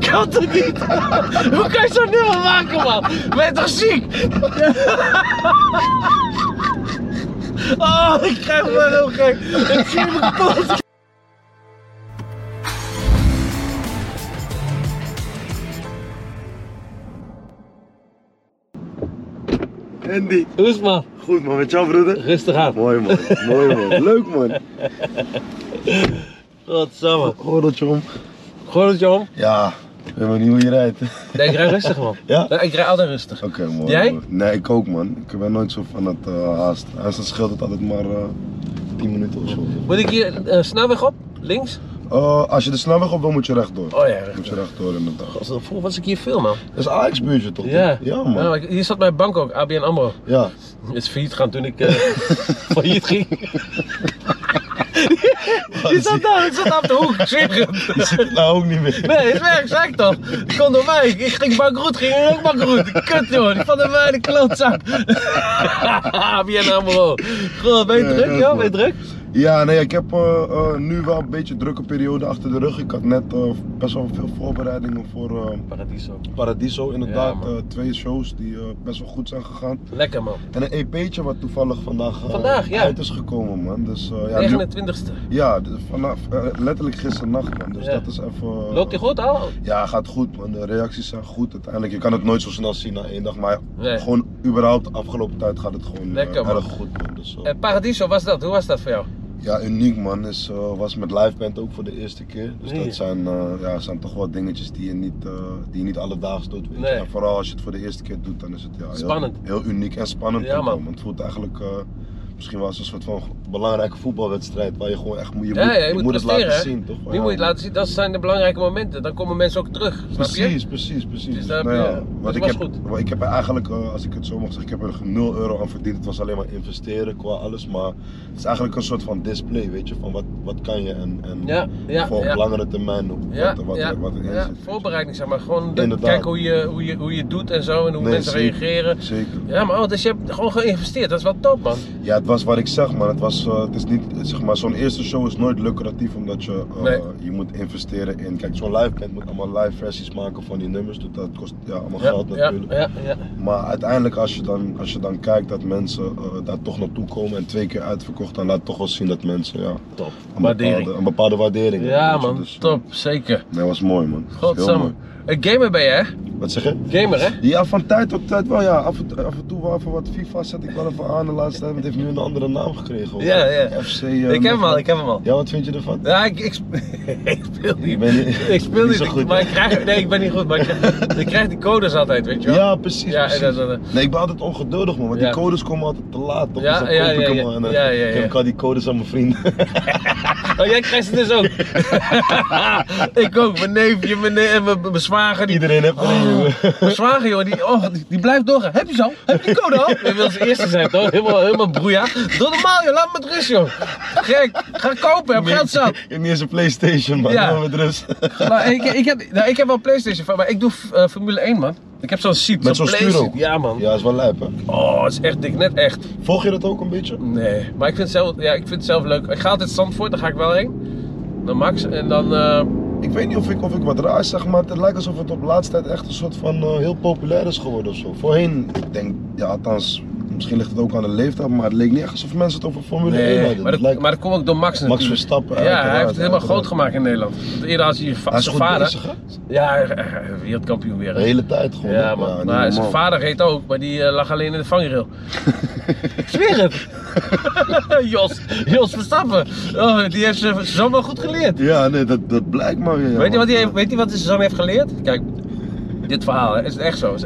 kan toch niet? Hoe kan je zo'n nummer maken, man? Ben je toch ziek? Oh, ik krijg me heel gek. Ik zie me kapot. Andy. Hoe is het, man? Goed man, met jou broeder? Rustig aan. Mooi man, mooi man. Leuk man. Godsamme. Gordeltje om. Gordeltje om? Ja, ik weet maar niet hoe je rijdt. Nee, ik rij rustig, man. Ja? Ik rij altijd rustig. Oké, mooi. Jij? Mooi. Nee, ik ook man. Ik ben nooit zo van het haasten. Haasten scheelt het altijd maar 10 minuten of zo. Moet ik hier snelweg op? Links? Als je de snelweg op wil, moet je rechtdoor. Oh ja, rechtdoor. Moet je rechtdoor inderdaad. God, vroeger was ik hier veel, man. Dat is Ajax-buurtje toch? Ja. Ja man. Ja, hier zat mijn bank ook, ABN AMRO. Ja. Het is failliet gaan toen ik failliet ging. Die zat daar, ik zat op de hoek, zeker. Die zit er nou ook niet meer. Nee, is weg, zei ik toch. Die kon door mij, ik ging bankroet, ging er ook bankroet. Kut joh, die van mij de klootzak. ABN AMRO. God, ben je druk joh, ben je druk? Ja, nee, ik heb nu wel een beetje drukke periode achter de rug. Ik had net best wel veel voorbereidingen voor Paradiso, inderdaad. Ja, 2 shows die best wel goed zijn gegaan. Lekker man. En een EP'tje wat toevallig vandaag ja. uit is gekomen man. Dus, ja, 29e. Ja, vanaf letterlijk gisternacht man. Dus Ja. dat is even... Loopt die goed al? Ja, gaat goed man. De reacties zijn goed uiteindelijk. Je kan het nooit zo snel zien na 1 dag. Maar Nee. gewoon überhaupt de afgelopen tijd gaat het gewoon Lekker, man. erg goed man. Dus, Paradiso, was dat? Hoe was dat voor jou? ja, uniek man. Was met liveband ook voor de eerste keer. Dus Nee. dat zijn toch wel dingetjes die je niet alledaags doet. Weet je. Nee. En vooral als je het voor de eerste keer doet, dan is het Spannend. Heel uniek en spannend. Ja, ook man. wel, want het voelt eigenlijk misschien wel als een soort van belangrijke voetbalwedstrijd waar je gewoon echt je moet het presteren, laten hè? zien. Toch? Nu moet je het laten zien, dat zijn de belangrijke momenten. Dan komen mensen ook terug, snap je? Precies. Dus daar Nou heb ja, je- want dat was goed. ik heb er eigenlijk, als ik het zo mag zeggen, ik heb er 0 euro aan verdiend. Het was alleen maar investeren qua alles. Maar het is eigenlijk een soort van display, weet je, van wat kan je en voor op langere termijn wat erin zit. Voorbereiding zeg maar, gewoon Inderdaad. kijken hoe je het doet en zo en hoe mensen zeker, reageren. Zeker. Ja, maar dus je hebt gewoon geïnvesteerd, dat is wel top man. Ja, het was wat ik zeg man, het is niet, zeg maar, zo'n eerste show is nooit lucratief omdat je, je moet investeren in, kijk zo'n live band moet allemaal live versies maken van die nummers, dus dat kost allemaal geld natuurlijk. Ja. Maar uiteindelijk als je dan kijkt dat mensen daar toch naartoe komen en 2 keer uitverkocht, dan laat het toch wel zien dat mensen Top. een bepaalde waardering Ja hebben, man, dus, top, zeker. Nee, dat was mooi man. Dat was heel Godsamme. mooi. Een gamer ben je hè? Wat zeg je? Gamer hè? Ja, van tijd tot tijd wel ja. Af en toe wel even wat FIFA zet ik wel even aan de laatste tijd. Het heeft nu een andere naam gekregen. Hoor. Ja. FC. Ik heb hem al. Ja, wat vind je ervan? Ja, ik speel niet. Ik speel niet niet, zo goed, maar ik ben niet goed, maar ik krijg die codes altijd, weet je wel? Ja, precies. Ja, precies. Nee, ik ben altijd ongeduldig man, want die codes komen altijd te laat. Toch? Ja, dus dan koop ik hem al en dan geef ik al die codes aan mijn vrienden. Oh, jij krijgt ze dus ook? Ik ook, mijn neefje, en mijn zwager. Iedereen heeft er een, jongen. Mijn zwager, jongen, die blijft doorgaan. Heb je zo? Heb je die code al? Je wil zijn eerste zijn, toch? Helemaal broeia. Doe normaal, joh. Laat me met rust, joh. Gek. Ga kopen, heb geld zat. Je hebt niet eens een PlayStation, man. Ja. Ja. Met rust. Maar ik heb wel een PlayStation van, maar ik doe Formule 1, man. Ik heb zo'n seat. Met zo'n stuur ook? Ja, man. Ja, is wel lijp, hè? Oh, het is echt dik, net echt. Volg je dat ook een beetje? Nee, maar ik vind het zelf leuk. Ik ga altijd Zandvoort, daar ga ik wel heen. Dan Max en dan... Ik weet niet of ik wat raar zeg, maar het lijkt alsof het op de laatste tijd echt een soort van heel populair is geworden of zo. Voorheen, ik denk, ja althans, misschien ligt het ook aan de leeftijd, maar het leek niet echt alsof mensen het over Formule 1 hadden. Maar dat komt ook door Max natuurlijk. Max Verstappen. Ja, hij heeft het helemaal groot gemaakt in Nederland. Want eerder had hij Hij is zijn goed vader. bezig, hè? Ja, wereldkampioen weer. De hele tijd gewoon. Ja, man. niet Maar zijn normaal. vader reed ook, maar die lag alleen in de vangrail. Ik zweer het. Jos Verstappen. Oh, die heeft zijn zoon wel goed geleerd. Ja, nee, dat blijkt maar weer. Ja, Weet je wat zijn zoon heeft geleerd? Kijk, dit verhaal hè, is echt zo.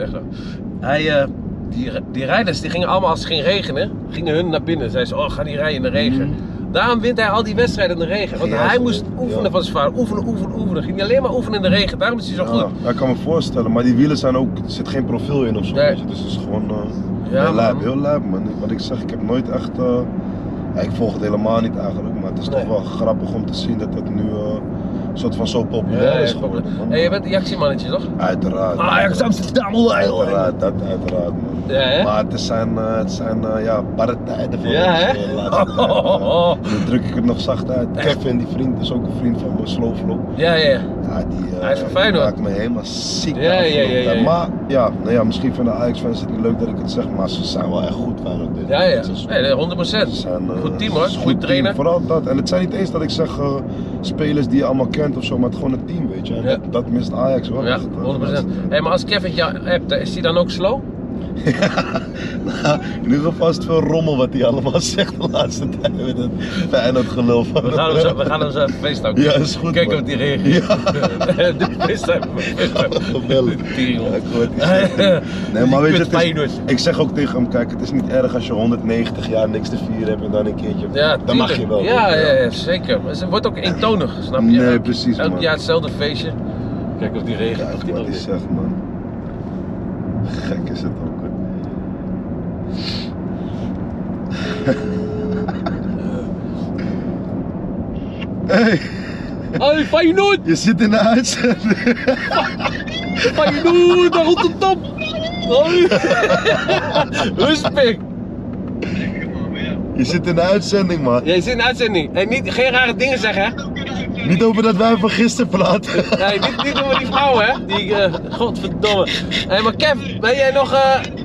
Die rijders die gingen allemaal als het ging regenen, gingen hun naar binnen. Zeiden ze, oh ga niet rijden in de regen. Daarom wint hij al die wedstrijden in de regen. Want hij moest oefenen van zijn vader. Oefenen. Ging hij alleen maar oefenen in de regen. Daarom is hij zo goed. Ja, ik kan me voorstellen, maar die wielen zijn ook, er zit geen profiel in of zo. Nee. Weet je, dus het is gewoon Ja, heel lijp man. Wat ik zeg, ik heb nooit echt, ja, ik volg het helemaal niet eigenlijk, maar het is toch wel grappig om te zien dat het nu soort van zo populair is geworden. En je bent een Ajax-mannetje, toch? Uiteraard. Ajax Amsterdam, hoor. Uiteraard, man. Ja, hè? Maar het zijn barre tijden voor ja, ons de laatste tijd. Nu druk ik het nog zacht uit. Kevin, die vriend, is ook een vriend van me, Slowflow. Ja. Hij is van Feyenoord. maakt me helemaal ziek. Ja. Maar ja, misschien vinden Ajax-fans het niet leuk dat ik het zeg, maar ze zijn wel echt goed Feyenoord. Ja. Nee, 100%. Goed team hoor, goed trainer. Vooral dat. En het zijn niet eens dat ik zeg spelers die je allemaal kent of zo, maar het gewoon een team, weet je. En dat mist Ajax wel. Ja, 100%. Maar als Kevin jou hebt, is hij dan ook slow? Nou, in ieder geval is het veel rommel wat hij allemaal zegt de laatste tijd met het Feyenoord gelul van. We gaan hem zo even FaceTime. Ja, is goed. Kijken of hij reageert. Ja. De FaceTime. Nee, maar weet je, ik zeg ook tegen hem, kijk, het is niet erg als je 190 jaar niks te vieren hebt en dan een keertje. Ja, dan mag je wel. Ja, zeker. Maar het wordt ook eentonig, snap je? Nee, precies, man. Elk jaar hetzelfde feestje. Kijk of die reageert. Kijk wat hij zegt, man. Gek is het ook. Hey! Hoi, Feyenoord! Je zit in de uitzending! Feyenoord, naar Rotterdam! Hoi! Respect! Je zit in de uitzending, man. Ja, je zit in de uitzending. En geen rare dingen zeggen, hè? Niet over dat wij van gisteren praten. Nee, niet over die vrouw, hè? Die, godverdomme. Hey, maar Kev, ben jij nog...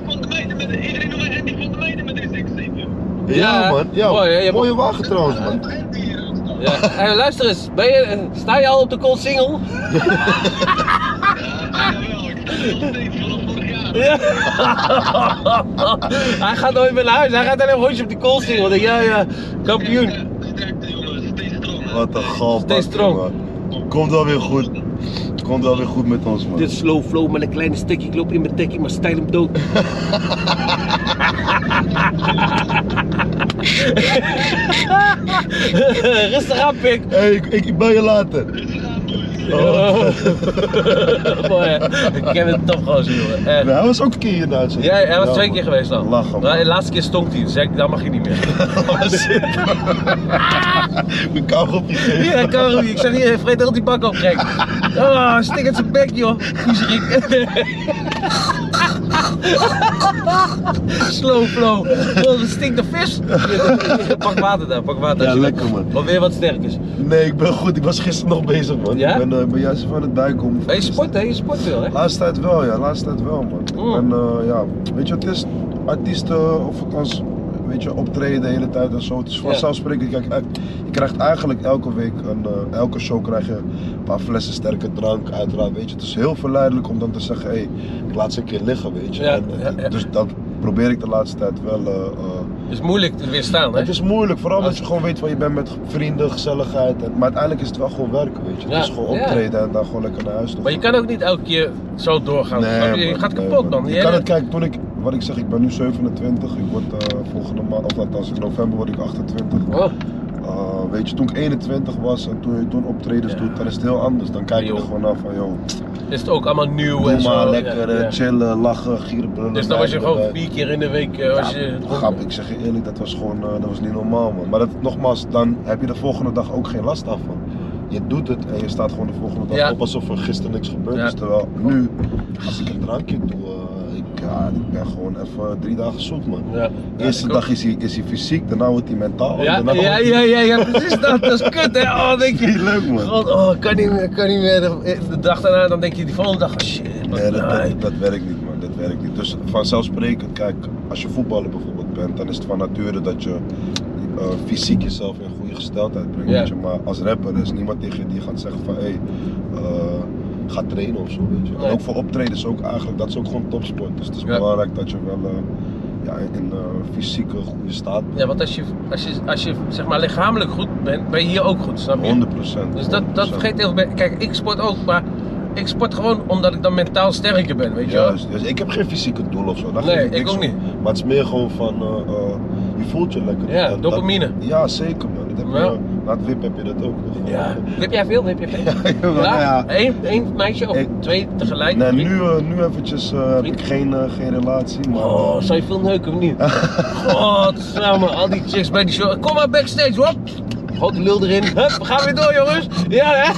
Ja, man. Ja, mooi, mooie wagen trouwens, man. Ja. Hey, luister eens, sta je al op de Cold Single? Ja. Hij gaat nooit meer naar huis, hij gaat alleen een rondje op die Cold Single. Ja, kampioen. Wat een gal. Stay strong. Man. Komt wel weer goed. Komt wel weer goed met ons, man. Dit slow flow met een kleine stukje. Ik loop in mijn tekkie, maar stijl hem dood. Rustig aan, pik. Hey, ik bel je later. Oh. Mooi, ik ken het toch gewoon zo, jongen. Nee, hij was ook een keer in Duitsland. Ja, hij was 2 keer geweest al. Lachen, de laatste keer stonk hij, dus zei ik, daar mag je niet meer. Ik kan op je geven. Ja, ik kan op je. Ik zeg hier, vreet heel die bak op, gek. Oh, stik uit zijn bek, joh. Viezerik. Slow flow. Oh, dat stinkt de vis. Pak water daar, pak water. Ja, lekker, man. Of weer wat sterkers. Nee, ik ben goed. Ik was gisteren nog bezig, man. Ja? Ik ben juist even aan het duiken. Maar je sport, hè? Je sport veel, hè? Laatste tijd wel, ja. Laatste tijd wel, man. Ik ben, ja, weet je, het is artiesten of althans, weet je, optreden de hele tijd en zo. Het is vanzelfsprekend. Kijk, je krijgt eigenlijk elke week, elke show krijg je een paar flessen sterke drank, uiteraard, weet je. Het is heel verleidelijk om dan te zeggen, hé, ik laat ze een keer liggen, weet je. Ja, Dus dat probeer ik de laatste tijd wel. Het is moeilijk te weerstaan, hè? Het is moeilijk, vooral omdat je gewoon weet waar je bent met vrienden, gezelligheid. Maar uiteindelijk is het wel gewoon werken, weet je. Het is gewoon optreden en dan gewoon lekker naar huis toe. Maar je kan ook niet elke keer zo doorgaan. Nee, je gaat kapot, man. Je kan het kijken, wat ik zeg, ik ben nu 27, ik word volgende maand, of althans in november word ik 28. Oh. Weet je, toen ik 21 was en toen je optredens doet, dan is het heel anders. Dan kijk je er gewoon af van, joh. Is het ook allemaal nieuw doe en zo? Maar lekker chillen, lachen, gieren, brullen. Dus dan was je gewoon 4 keer in de week grap, ik zeg je eerlijk, dat was gewoon, dat was niet normaal, man. Maar nogmaals, dan heb je de volgende dag ook geen last af van. Je doet het en je staat gewoon de volgende dag op alsof er gisteren niks gebeurd is. Terwijl nu, als ik een drankje doe, ik ben gewoon even 3 dagen zoet, man. De eerste dag is hij fysiek, daarna wordt hij mentaal. Ja, precies dat is kut, hè. Oh, denk je. Leuk, man. God, oh, kan niet meer. De dag daarna, dan denk je die volgende dag, oh shit. Nee, dat werkt niet, man. Dat werkt niet. Dus vanzelfsprekend, kijk, als je voetballer bijvoorbeeld bent, dan is het van nature dat je fysiek jezelf in goede gesteldheid brengt. Weet je? Maar als rapper is niemand tegen je die gaat zeggen van, hé, ga trainen of zo, weet je. En ook voor optredens ook eigenlijk, dat is ook gewoon topsport. Dus het is belangrijk dat je wel in fysieke goede staat bent. Ja, want als je zeg maar lichamelijk goed bent, ben je hier ook goed, snap je? 100%. Dus dat vergeet heel veel. Kijk, ik sport ook, maar ik sport gewoon omdat ik dan mentaal sterker ben, weet je wel? Juist, dus ik heb geen fysieke doel of zo. Nee, ik ook niet. Maar het is meer gewoon van, je voelt je lekker. Ja, dopamine. Ja, zeker, man. Dat heb je, na het wip heb je dat ook. Ja. Wip jij veel? Ja. Eén meisje of 2 tegelijk? Nee, nu eventjes heb ik geen relatie. Maar... Oh, zou je veel neuken of niet? Godsamme, al die chicks bij die show. Kom maar backstage, hop! grote lul erin. Hup, we gaan weer door jongens. Ja hè?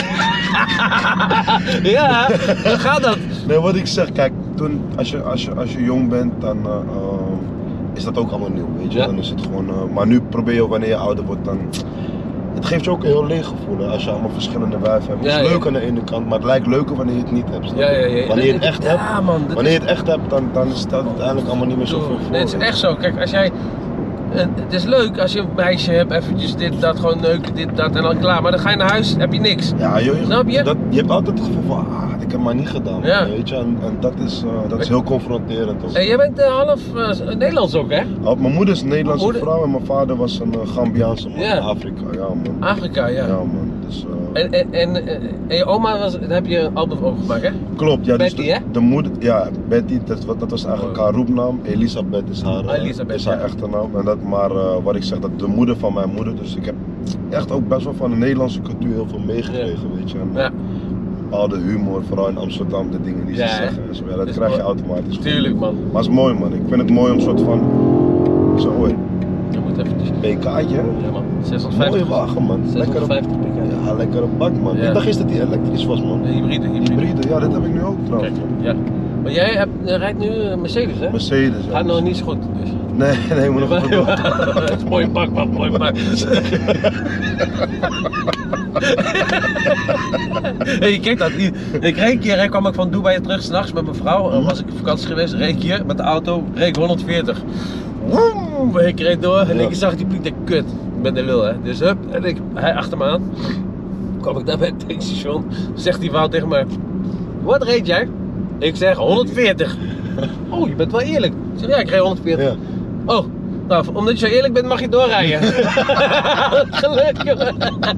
Ja, dan gaat dat. Nee, wat ik zeg, kijk, toen, als je jong bent, dan is dat ook allemaal nieuw, weet je. Ja. Dan is het gewoon, maar nu probeer je wanneer je ouder wordt, dan... Het geeft je ook een heel leeg gevoel als je allemaal verschillende wijven hebt. Het is leuk aan de ene kant, maar het lijkt leuker wanneer je het niet hebt. Wanneer je het echt hebt, wanneer je het echt hebt, dan is het uiteindelijk allemaal niet meer zoveel voor. Nee, het is echt zo. Kijk, als jij... Het is leuk als je een meisje hebt, eventjes dit, dat, gewoon neuken, dit, dat en dan klaar. Maar dan ga je naar huis, heb je niks. Ja, joh, snap je? Je hebt altijd het gevoel van, ik heb het maar niet gedaan. Ja. Weet je, en dat is heel confronterend. En jij bent half Nederlands ook, hè? Mijn moeder is een Nederlandse vrouw en mijn vader was een Gambiaanse man in Afrika. Ja, man. Afrika, ja. Ja, man. Dus, en je oma heb je een album over gemaakt, hè? Klopt, ja. Betty, dus hè? De moeder, ja, Betty, dat was eigenlijk haar roepnaam. Elisabeth is haar echte naam. En maar wat ik zeg, dat de moeder van mijn moeder. Dus ik heb echt ook best wel van de Nederlandse cultuur heel veel meegekregen, weet je. En, al de humor, vooral in Amsterdam, de dingen die ze zeggen. Dus, dat dus krijg je automatisch. Tuurlijk, man. Maar het is mooi, man. Ik vind het mooi om een soort van... Zo hoor. Je moet eventjes... PK'tje? Ja, man. 650. Mooie wagen, man. 650 pk. Ja, lekkere bak, man. Ik dacht eens dat die elektrisch was, man. Hybride. Ja, dit heb ik nu ook trouwens. Kijk, ja. Maar jij rijdt nu Mercedes, hè? Mercedes, ja. Gaat nog niet zo goed, dus. Nee, moet nog even. Het is een mooie bak, man. Mooie bak. Hey, kijk dat. Ik reed een keer, kwam ik van Dubai terug s'nachts met mijn vrouw. Was ik op vakantie geweest, reed ik hier met de auto, reed ik 140. Woem, ik reed door en ik zag die piek, ik kut. Ik ben de lul, hè. Dus hup, en hij achter me aan. Kwam ik daar bij het tankstation, zegt die vrouw tegen me: wat reed jij? Ik zeg 140. Oh, je bent wel eerlijk. Ik zeg, ja, ik reed 140. Ja. Oh, nou, omdat je zo eerlijk bent mag je doorrijden. Geluk, jongen.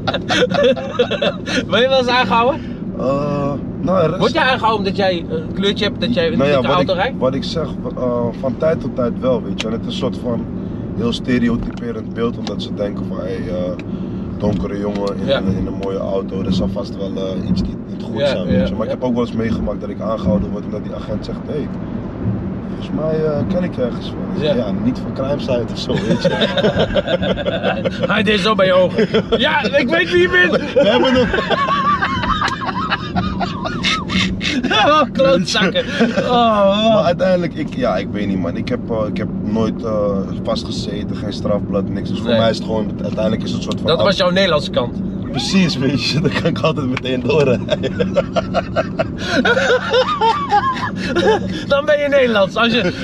Ben je wel eens aangehouden? Word jij aangehouden omdat jij een kleurtje hebt dat jij in de auto rijdt? Wat ik zeg, van tijd tot tijd wel, weet je. En het is een soort van heel stereotyperend beeld, omdat ze denken van, donkere jongen in een mooie auto, dat zal vast wel iets niet goed zijn, weet je. Maar ik heb ook wel eens meegemaakt dat ik aangehouden word omdat die agent zegt, hey, volgens mij ken ik ergens van. Ja, niet van crime-site of zo, weet je. Hij deed zo bij je ogen. Ja, ik weet wie je bent. We hebben nog... Oh, klootzakken. Maar uiteindelijk, ik weet niet, man. Ik heb nooit vastgezeten, geen strafblad, niks. Dus voor mij is het gewoon, uiteindelijk is het een soort van... Dat was jouw Nederlandse kant. Precies, weet je, dan kan ik altijd meteen doorrijden. Dan ben je Nederlands. Als je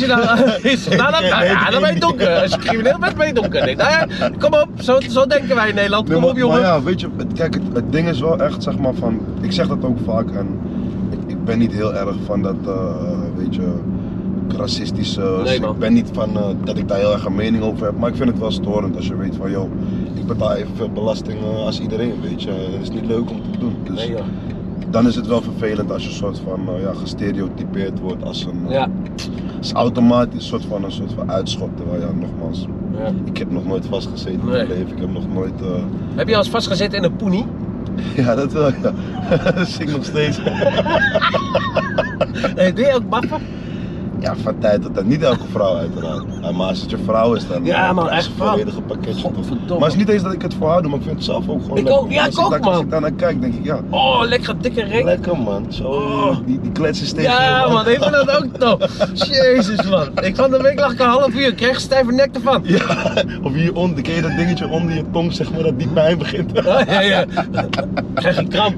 dan ben je donker. Als je crimineel bent, ben je donker. Nee, kom op, zo denken wij in Nederland. Kom op, jongen. Maar ja, weet je, kijk, het ding is wel echt, zeg maar, van... Ik zeg dat ook vaak en ik ben niet heel erg van dat, weet je... racistische, nee, ik ben niet van dat ik daar heel erg een mening over heb, maar ik vind het wel storend als je weet van, joh, ik betaal evenveel belasting als iedereen, weet je, het is niet leuk om te doen, dus nee, dan is het wel vervelend als je een soort van, gestereotypeerd wordt als een, is automatisch een soort van uitschot, terwijl nogmaals, ik heb nog nooit vastgezeten in mijn leven, ik heb nog nooit... Heb je al eens vastgezeten in een poenie? Ja, dat wel, ja. Dat zie ik nog steeds. Hey, doe je ook baffen? Ja, van tijd tot tijd. Niet elke vrouw uiteraard. Maar als het je vrouw is, dan is het een volledige pakketje. Maar het is niet eens dat ik het voor haar doe, maar ik vind het zelf ook gewoon lekker. Ik ook, man. Als ik daar naar kijk, denk ik, oh, lekker dikke ring. Lekker, man. Zo, die kletsen steeds. Ja, man. Ik vind dat ook top. Jezus, man. Van de week lag ik een half uur. Ik kreeg een stijve nek ervan. Ja, of hieronder. Ken je dat dingetje onder je tong, zeg maar, dat die pijn begint? Ja. Krijg je kramp.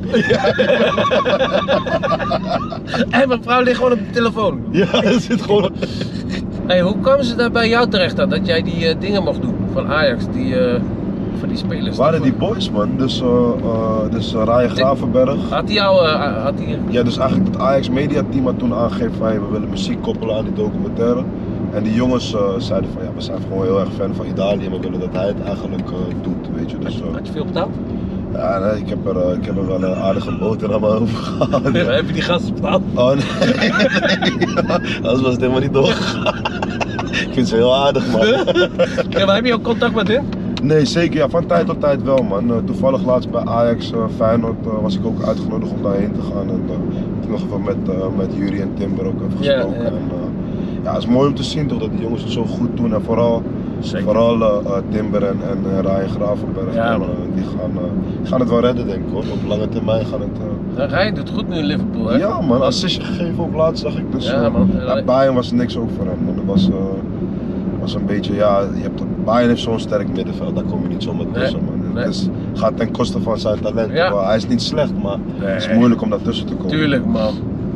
En mijn vrouw ligt gewoon op de telefoon. Ja, dat zit gewoon... Hey, hoe kwamen ze daar bij jou terecht dan? Dat jij die dingen mocht doen van Ajax, van die spelers? Waren die boys, man. Dus Ryan Gravenberg. Had hij jou... Ja, dus eigenlijk het Ajax Media Team had toen aangegeven van, we willen muziek koppelen aan die documentaire. En die jongens zeiden van, we zijn gewoon heel erg fan van Italië en we willen dat hij het eigenlijk doet, weet je. Dus, had je veel betaald? Ja, nee, ik heb er wel een aardige boterham over gehad. Ja. Heb je die gasten betaald? Oh nee, anders was het helemaal niet doorgegaan. Ik vind ze heel aardig, man. Ja, maar heb je ook contact met hen? Nee, zeker. Ja, van tijd tot tijd wel, man. Toevallig laatst bij Ajax Feyenoord was ik ook uitgenodigd om daarheen te gaan. En toen nog even met Jury en Timber ook even gesproken. Ja. En, het is mooi om te zien toch, dat die jongens het zo goed doen. En vooral Zeker. Vooral Timber en Ryan Gravenberg. Ja, man. Die gaan het wel redden, denk ik hoor. Op lange termijn gaan het... Ryan doet goed nu in Liverpool, hè? Ja man, assistje gegeven op laatst zag ik. Dus ja, man. Bayern was niks ook voor hem. Man. Dat was een beetje, ja, Bayern heeft zo'n sterk middenveld, daar kom je niet zomaar tussen. Man. Nee. Dus het gaat ten koste van zijn talent. Ja. Hij is niet slecht, maar het is moeilijk om daartussen te komen. Tuurlijk man.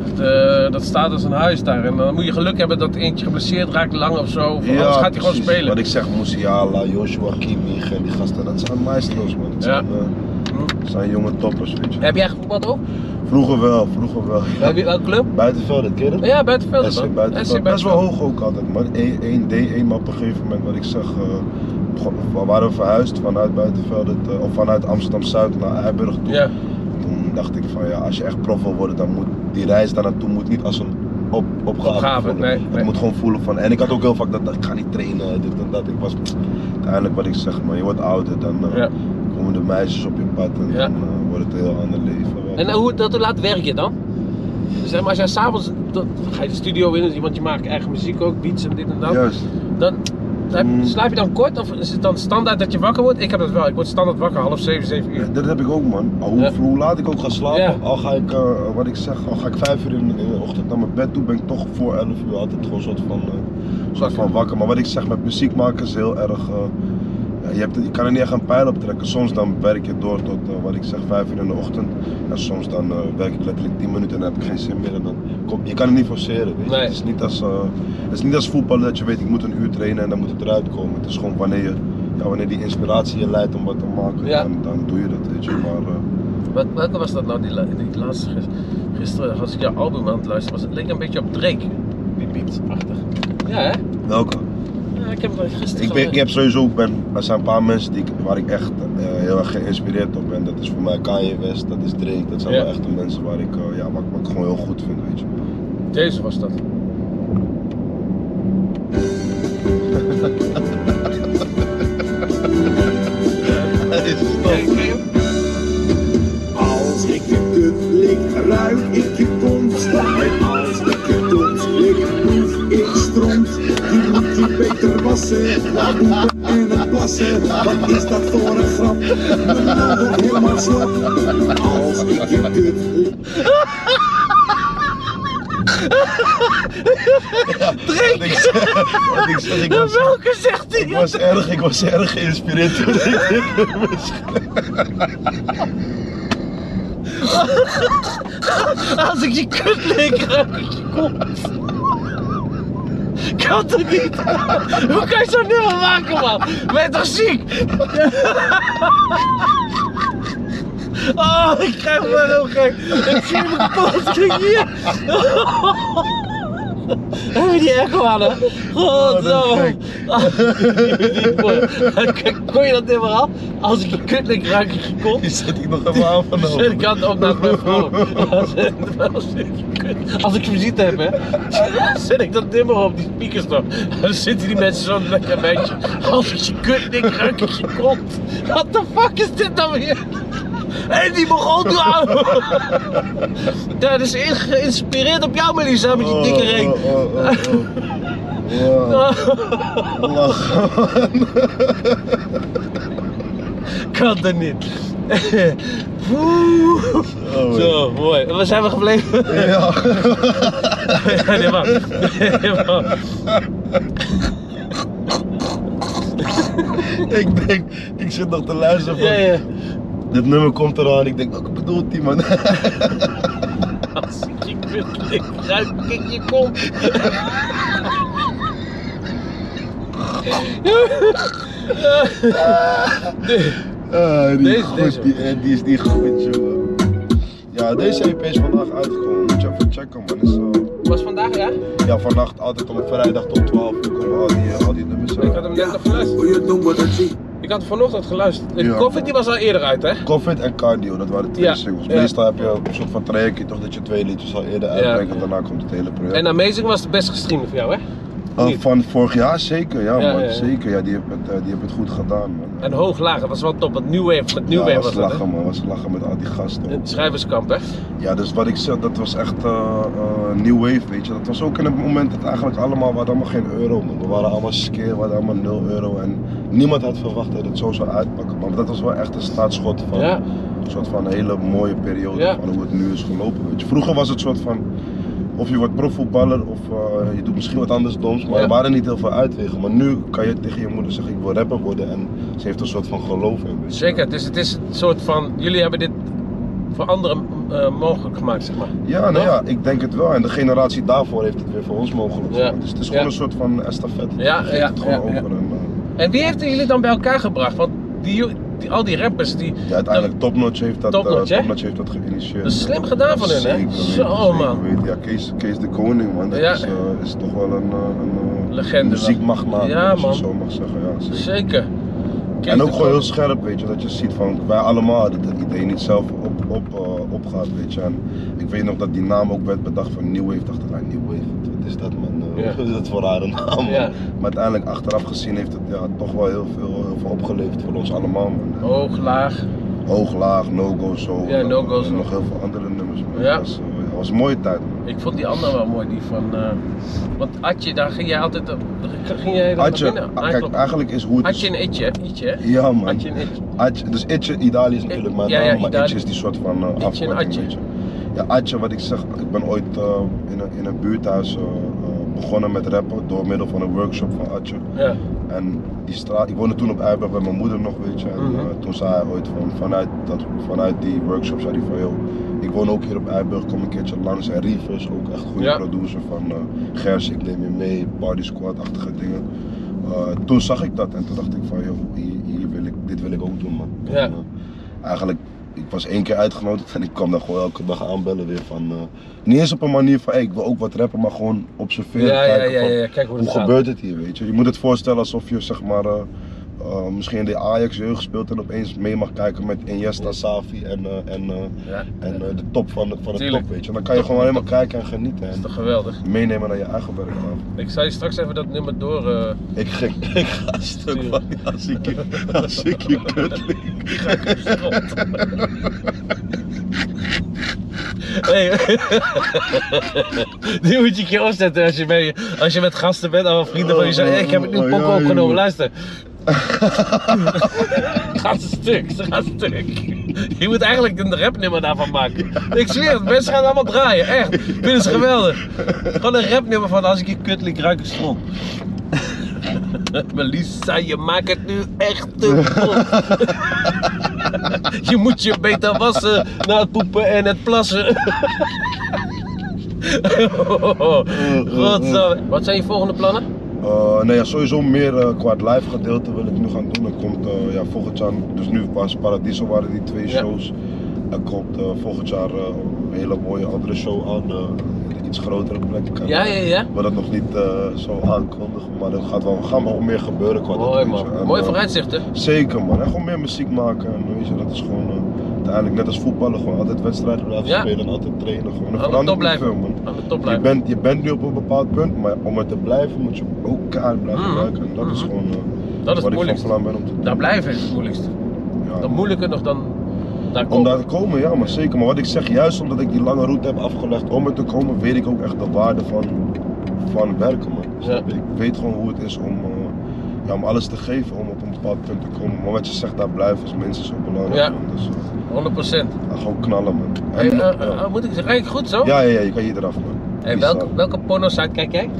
Dat staat als een huis daar en dan moet je geluk hebben dat eentje geblesseerd raakt lang of zo, of anders gaat hij gewoon spelen. Wat ik zeg, Musiala, Joshua Kimmich en die gasten, dat zijn maestro's man. Dat zijn jonge toppers, weet je. Heb jij gevoetbald ook? Vroeger wel. Heb je welke club? Buitenvelden, ken je dat? Ja, Buitenvelden. SC Buitenvelden. Best wel hoog ook altijd man. 1D1, maar op een gegeven moment wat ik zeg, we waren verhuisd vanuit Buitenvelden, of vanuit Amsterdam-Zuid naar Eiburg toe. Ja. Toen dacht ik van ja, als je echt prof wil worden, dan moet die reis daar naartoe moet niet als een opgave voelen. Nee. Je moet gewoon voelen van, en ik had ook heel vaak dat ik ga niet trainen, dit en dat. Ik was uiteindelijk wat ik zeg, maar je wordt ouder, dan komen de meisjes op je pad en dan wordt het een heel ander leven. En hoe laat werk je dan? Dus zeg maar, als jij s'avonds ga je de studio in, want je maakt eigen muziek ook, beats en dit en dat. Juist. Dan slaap je dan kort of is het dan standaard dat je wakker wordt? Ik heb dat wel, ik word standaard wakker, 6:30, 7 uur. Ja, dat heb ik ook man. Hoe laat ik ook ga slapen, al ga ik, wat ik zeg, al ga ik 5 uur in de ochtend naar mijn bed toe, ben ik toch voor 11 uur altijd gewoon een soort van wakker. Maar wat ik zeg, met muziek maken is heel erg, je kan er niet echt een pijl op trekken. Soms dan werk je door tot, wat ik zeg, 5 uur in de ochtend. En soms dan werk ik letterlijk 10 minuten en dan heb ik geen zin meer. En dan je kan het niet forceren, weet je. Nee. Het is niet als voetballen dat je weet, ik moet een uur trainen en dan moet het eruit komen. Het is gewoon wanneer die inspiratie je leidt om wat te maken, dan doe je dat, weet je. Maar, welke was dat nou, die laatste gisteren was ik jouw album aan het luisteren, het leek een beetje op Drake, die beat-achtig. Ja hè? Welke? Ja, ik heb het gisteren ik heb sowieso, er zijn een paar mensen waar ik echt heel erg geïnspireerd op ben. Dat is voor mij Kanye West, dat is Drake, dat zijn wel echt de mensen waar ik gewoon heel goed vind, weet je. Deze was dat. Als ik je kut lik, ruik ik je kont. En als ik je kont lik, proef ik stront. Die moet je beter wassen, laat poepen en het plassen. Wat is dat voor een grap? Mijn man wordt helemaal slap. Als ik je kut lik. Welke zegt hij? Ik was erg geïnspireerd toen ik dit Als ik je kut lik, ruik ik je kont. Kan toch niet? Hoe kan je zo'n nummer maken, man? Ben je toch ziek? Oh, ik krijg me heel gek. Ik zie hem kapot. Kijk hier. Heb je die echo aan, hè? God, zo. Kon je dat nummer al? Als ik je kut lik, ruik ik je kont. Die zet ik nog even aan van de zet ik aan ook naar mijn vrouw. Als ik visite heb, hè, zet ik dat nummer op, die speakers nog. Dan zitten die mensen zo lekker een beetje. Als ik je kut lik, ruik ik je kont. What the fuck is dit nou weer? Hé, die begon nu aan! Ja, dat is geïnspireerd op jou, Melissa, met die dikke reek. Kan er niet. Zo, mooi. Waar zijn we gebleven? Ja. Nee, maar. Ik zit nog te luisteren van... Dit nummer komt eraan, ik denk, wat bedoelt die man? Als ik je kut lik, ruik ik je kont. Die is niet goed, jongen. Ja, deze EP is vandaag uitgekomen, moet je even checken man. Was vandaag, ja? Ja, vannacht altijd om vrijdag tot 12 uur komen al die nummers uit. Ik had hem net nog geluisterd. Ik had vanochtend geluisterd. Covid die was al eerder uit, hè? Covid en Cardio, dat waren 2 singles. Meestal heb je een soort van trajectje toch dat je 2 liedjes al eerder uitbrengt en daarna komt het hele project. En Amazing was het best gestreamd voor jou, hè? Van vorig jaar zeker, ja, Ja, man. ja. Zeker, ja, die hebben het goed gedaan, man. En hoog-laag, dat was wel top. Met New Wave was dat, lachen, man. Was lachen met al die gasten. In Schrijverskamp, hè? Ja, dus wat ik zeg, dat was echt New Wave, weet je. Dat was ook in het moment dat eigenlijk allemaal, we hadden allemaal geen euro, man. We waren allemaal skeer, we hadden allemaal 0 euro. En niemand had verwacht dat het zo zou uitpakken. Maar dat was wel echt een startschot van een soort van een hele mooie periode van hoe het nu is gelopen, weet je. Vroeger was het soort van, of je wordt profvoetballer of je doet misschien wat anders doms, maar er waren niet heel veel uitwegen. Maar nu kan je tegen je moeder zeggen, ik wil rapper worden en ze heeft een soort van geloof in. Weet je. Zeker, dus het is een soort van, jullie hebben dit voor anderen mogelijk gemaakt, zeg maar. Ja, nou ja, ik denk het wel. En de generatie daarvoor heeft het weer voor ons mogelijk gemaakt. Dus het is gewoon een soort van estafette. Ja. En wie heeft jullie dan bij elkaar gebracht? Want al die rappers die... Ja, uiteindelijk Top Notch heeft dat, heeft dat geïnitieerd. Dat is slim gedaan van hun, hè? Zo, man. Ja, Kees de Koning, man. Dat is toch wel een legende. Muziekmagnaat, als je zo mag zeggen. Ja, zeker. En ook gewoon heel scherp, weet je, dat je ziet van, wij allemaal hadden het idee niet zelf opgaat, weet je. En ik weet nog dat die naam ook werd bedacht van New Wave. Dacht ik, New Wave, wat is dat, man? Wat is dat voor rare naam, man? Maar uiteindelijk achteraf gezien heeft het toch wel heel veel opgeleverd voor ons allemaal, man. Hoog, laag, no-go, zo. Ja, no-go, en nog heel veel andere nummers, man. Ja. Het was een mooie tijd, man. Ik vond die andere wel mooi, die van... want Atje, daar ging jij altijd... Atje, kijk, eigenlijk is hoe het Atje en Itje, hè? Ja, man. Atje en Itje. Atje, dus Itje, Idali is natuurlijk mijn naam, maar Itje is die soort van afkorting, weet je. Ja, Atje, wat ik zeg, ik ben ooit in een buurthuis begonnen met rappen door middel van een workshop van Atje. Ja. En die straat, ik woonde toen op Eiberg bij mijn moeder nog, weet je. En toen zei hij ooit vanuit die workshop zei hij van, joh, ik woon ook hier op Eiberg, kom een keertje langs. En Reefers, ook echt goede producer van Gers, ik neem je mee, Party Squad-achtige dingen. Toen zag ik dat en toen dacht ik van, joh, dit wil ik ook doen, man. Ja. En, eigenlijk, ik was 1 keer uitgenodigd en ik kwam daar gewoon elke dag aanbellen weer van, niet eens op een manier van, hey, ik wil ook wat rappen, maar gewoon observeren, kijk hoe gebeurt het hier, weet je. Je moet het voorstellen alsof je, zeg maar, misschien in de Ajax jeugd gespeeld en opeens mee mag kijken met Iniesta, Xavi en de top van het top, weet je. En dan kan je gewoon alleen maar kijken en genieten. Dat is toch geweldig? Meenemen naar je eigen werkavond. Ik zal je straks even dat nummer door... Ik ga een stuk van als ik je kut Hey. Die moet je een keer opzetten als je met gasten bent of vrienden van je zegt, hey, ik heb het nu pokken opgenomen, luister. Gaat stuk. Je moet eigenlijk een rapnummer daarvan maken. Ik zweer het, mensen gaan allemaal draaien, echt. Ik vind het geweldig. Gewoon een rapnummer van als ik je kut liek, ruik ik stront. Melissa, je maakt het nu echt te goed. Je moet je beter wassen na het poepen en het plassen. Godsamme. Wat zijn je volgende plannen? Nee, ja, sowieso meer qua het live gedeelte wil ik nu gaan doen. Er komt volgend jaar, dus nu was Paradiso waren die 2 shows. Er komt volgend jaar een hele mooie andere show aan, iets grotere plek. Ja. Ik wil dat nog niet zo aankondigen, maar er gaan wel meer gebeuren qua mooi, man. Mooie vooruitzichten. Zeker, man. En gewoon meer muziek maken. En weet je, dat is gewoon uiteindelijk net als voetballen, gewoon altijd wedstrijden blijven spelen en altijd trainen. Gewoon. Aan de top blijven. Je bent nu op een bepaald punt, maar om er te blijven moet je ook keihard blijven werken. En dat is gewoon dat is wat het ik van plan ben om te doen. Daar blijven is het moeilijkste. Ja. Dan moeilijker nog dan daar komen. Om daar te komen, ja, maar zeker. Maar wat ik zeg, juist omdat ik die lange route heb afgelegd om er te komen, weet ik ook echt de waarde van werken, man. Ja. Ik weet gewoon hoe het is om alles te geven om op een bepaald punt te komen. Maar wat je zegt, daar blijven is minstens zo belangrijk. Ja, dus, 100%. Gewoon knallen, man. Moet ik zeggen, goed zo? Ja, je kan hier eraf, man. Hey, welke porno-site kijk jij?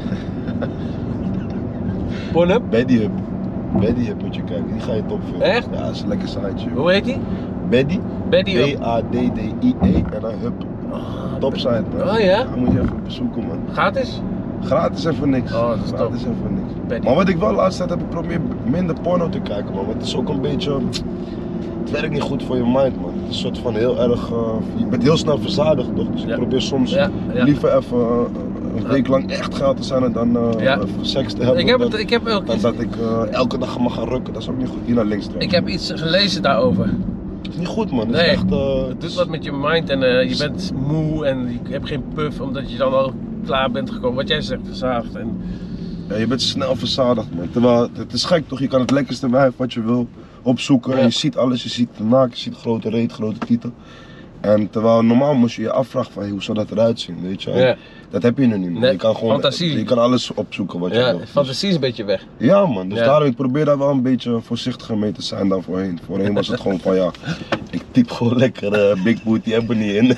Pornhub? Beddyhub moet je kijken, die ga je top vinden. Echt? Ja, dat is een lekker siteje. Hoe heet die? Beddyhub. B-A-D-D-I-E en dan Hub. Top site, man. Oh ja? Ja, moet je even bezoeken, man. Gratis? Gratis en voor niks. Oh, dat is gratis en voor niks. Beddy. Maar wat ik wel laatst heb, ik probeer minder porno te kijken, man. Want het is ook een beetje... Het werkt niet goed voor je mind, man. Het is een soort van heel erg... je bent heel snel verzadigd, toch? Dus ik probeer soms liever even een week lang echt geld te zijn en dan seks te hebben. Ik heb ook dat ik elke dag mag gaan rukken, dat is ook niet goed. Hier naar links trouwens. Ik heb iets gelezen daarover. Het is niet goed, man. Het nee, is echt, het doet wat met je mind en je bent moe en je hebt geen puff omdat je dan al klaar bent gekomen. Wat jij zegt, verzaagd. En Ja, je bent snel verzadigd, man. Terwijl, het is gek toch, je kan het lekkerste wijf wat je wil opzoeken. En je ziet alles, je ziet de naak, je ziet grote reet, grote titel. En terwijl normaal moest je je afvragen van, hey, hoe zou dat eruit zien, weet je. Ja. Dat heb je nu niet meer. Nee, je kan gewoon, fantasie. Je kan alles opzoeken wat je wil. Fantasie is een beetje weg. Ja man, dus daarom ik probeer daar wel een beetje voorzichtiger mee te zijn dan voorheen. Voorheen was het gewoon van ja, ik typ gewoon lekker Big Booty Ebony in.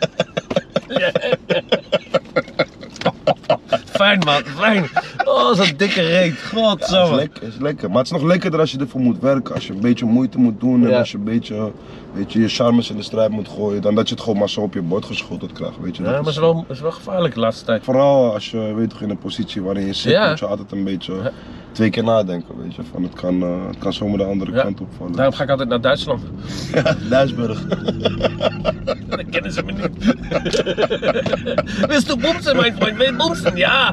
Fijn man, fijn. Oh, zo'n dikke reet. Godsamme. Ja, is lekker. Maar het is nog lekkerder als je ervoor moet werken. Als je een beetje moeite moet doen en als je een beetje je charmes in de strijd moet gooien. Dan dat je het gewoon maar zo op je bord geschoteld krijgt. Weet je. Ja, maar het is wel gevaarlijk de laatste tijd. Vooral als je weet toch in een positie waarin je zit, moet je altijd een beetje 2 keer nadenken. Weet je. Van, het kan zomaar de andere kant opvallen. Daarom ga ik altijd naar Duitsland. Ja, Duisburg. Dan kennen ze me niet. Willst du bumsen, mijn vriend? Wil je bumsen? Ja!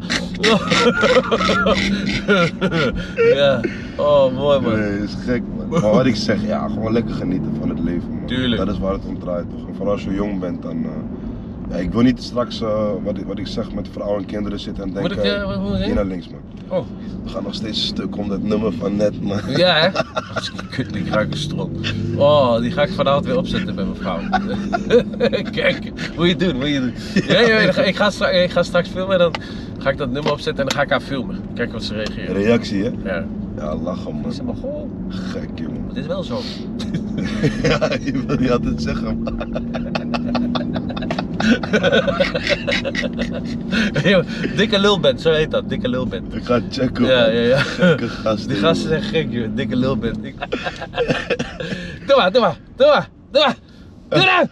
Ja, oh mooi man. Nee, dat is gek man. Maar wat ik zeg, ja, gewoon lekker genieten van het leven man. Tuurlijk. Dat is waar het om draait toch. En vooral als je jong bent dan... ja, ik wil niet straks wat ik zeg met vrouwen en kinderen zitten en denken hier naar links man. Oh. We gaan nog steeds stuk om dat nummer van net man. Ja hè? Kut, die ruik een strop. Oh, die ga ik vanavond weer opzetten bij mijn vrouw. Kijk, moet je doen, moet je doen. Ja, ik ga straks filmen en dan ga ik dat nummer opzetten en dan ga ik haar filmen. Kijken wat ze reageren. Reactie hè? Ja. Ja, lachen man. Zeg maar, goh. Gek jongen. Het is wel zo. Ja, je wil niet altijd zeggen man. Dikke lulband, zo heet dat, dikke lulband. Ik ga checken man. Ja. Gekke gasten. Die gasten zijn gek joh, dikke lulband. Doe maar. Doe nou!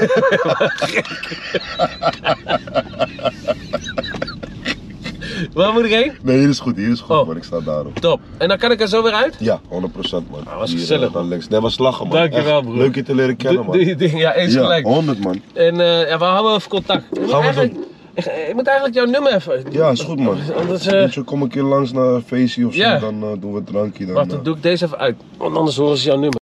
Waar moet ik heen? Nee, hier is goed man, ik sta daarop. Top. En dan kan ik er zo weer uit? Ja, 100% man. Was gezellig dan links. Nee, was lachen man. Dankjewel broer. Leuk je te leren kennen man. Ja, eens gelijk. 100 man. En we houden even contact. Gaan we doen. Ik moet eigenlijk jouw nummer even. Ja, is goed man. Anders kom een keer langs naar een feestje of zo, dan doen we het drankje. Wacht, dan doe ik deze even uit. Want anders horen ze jouw nummer.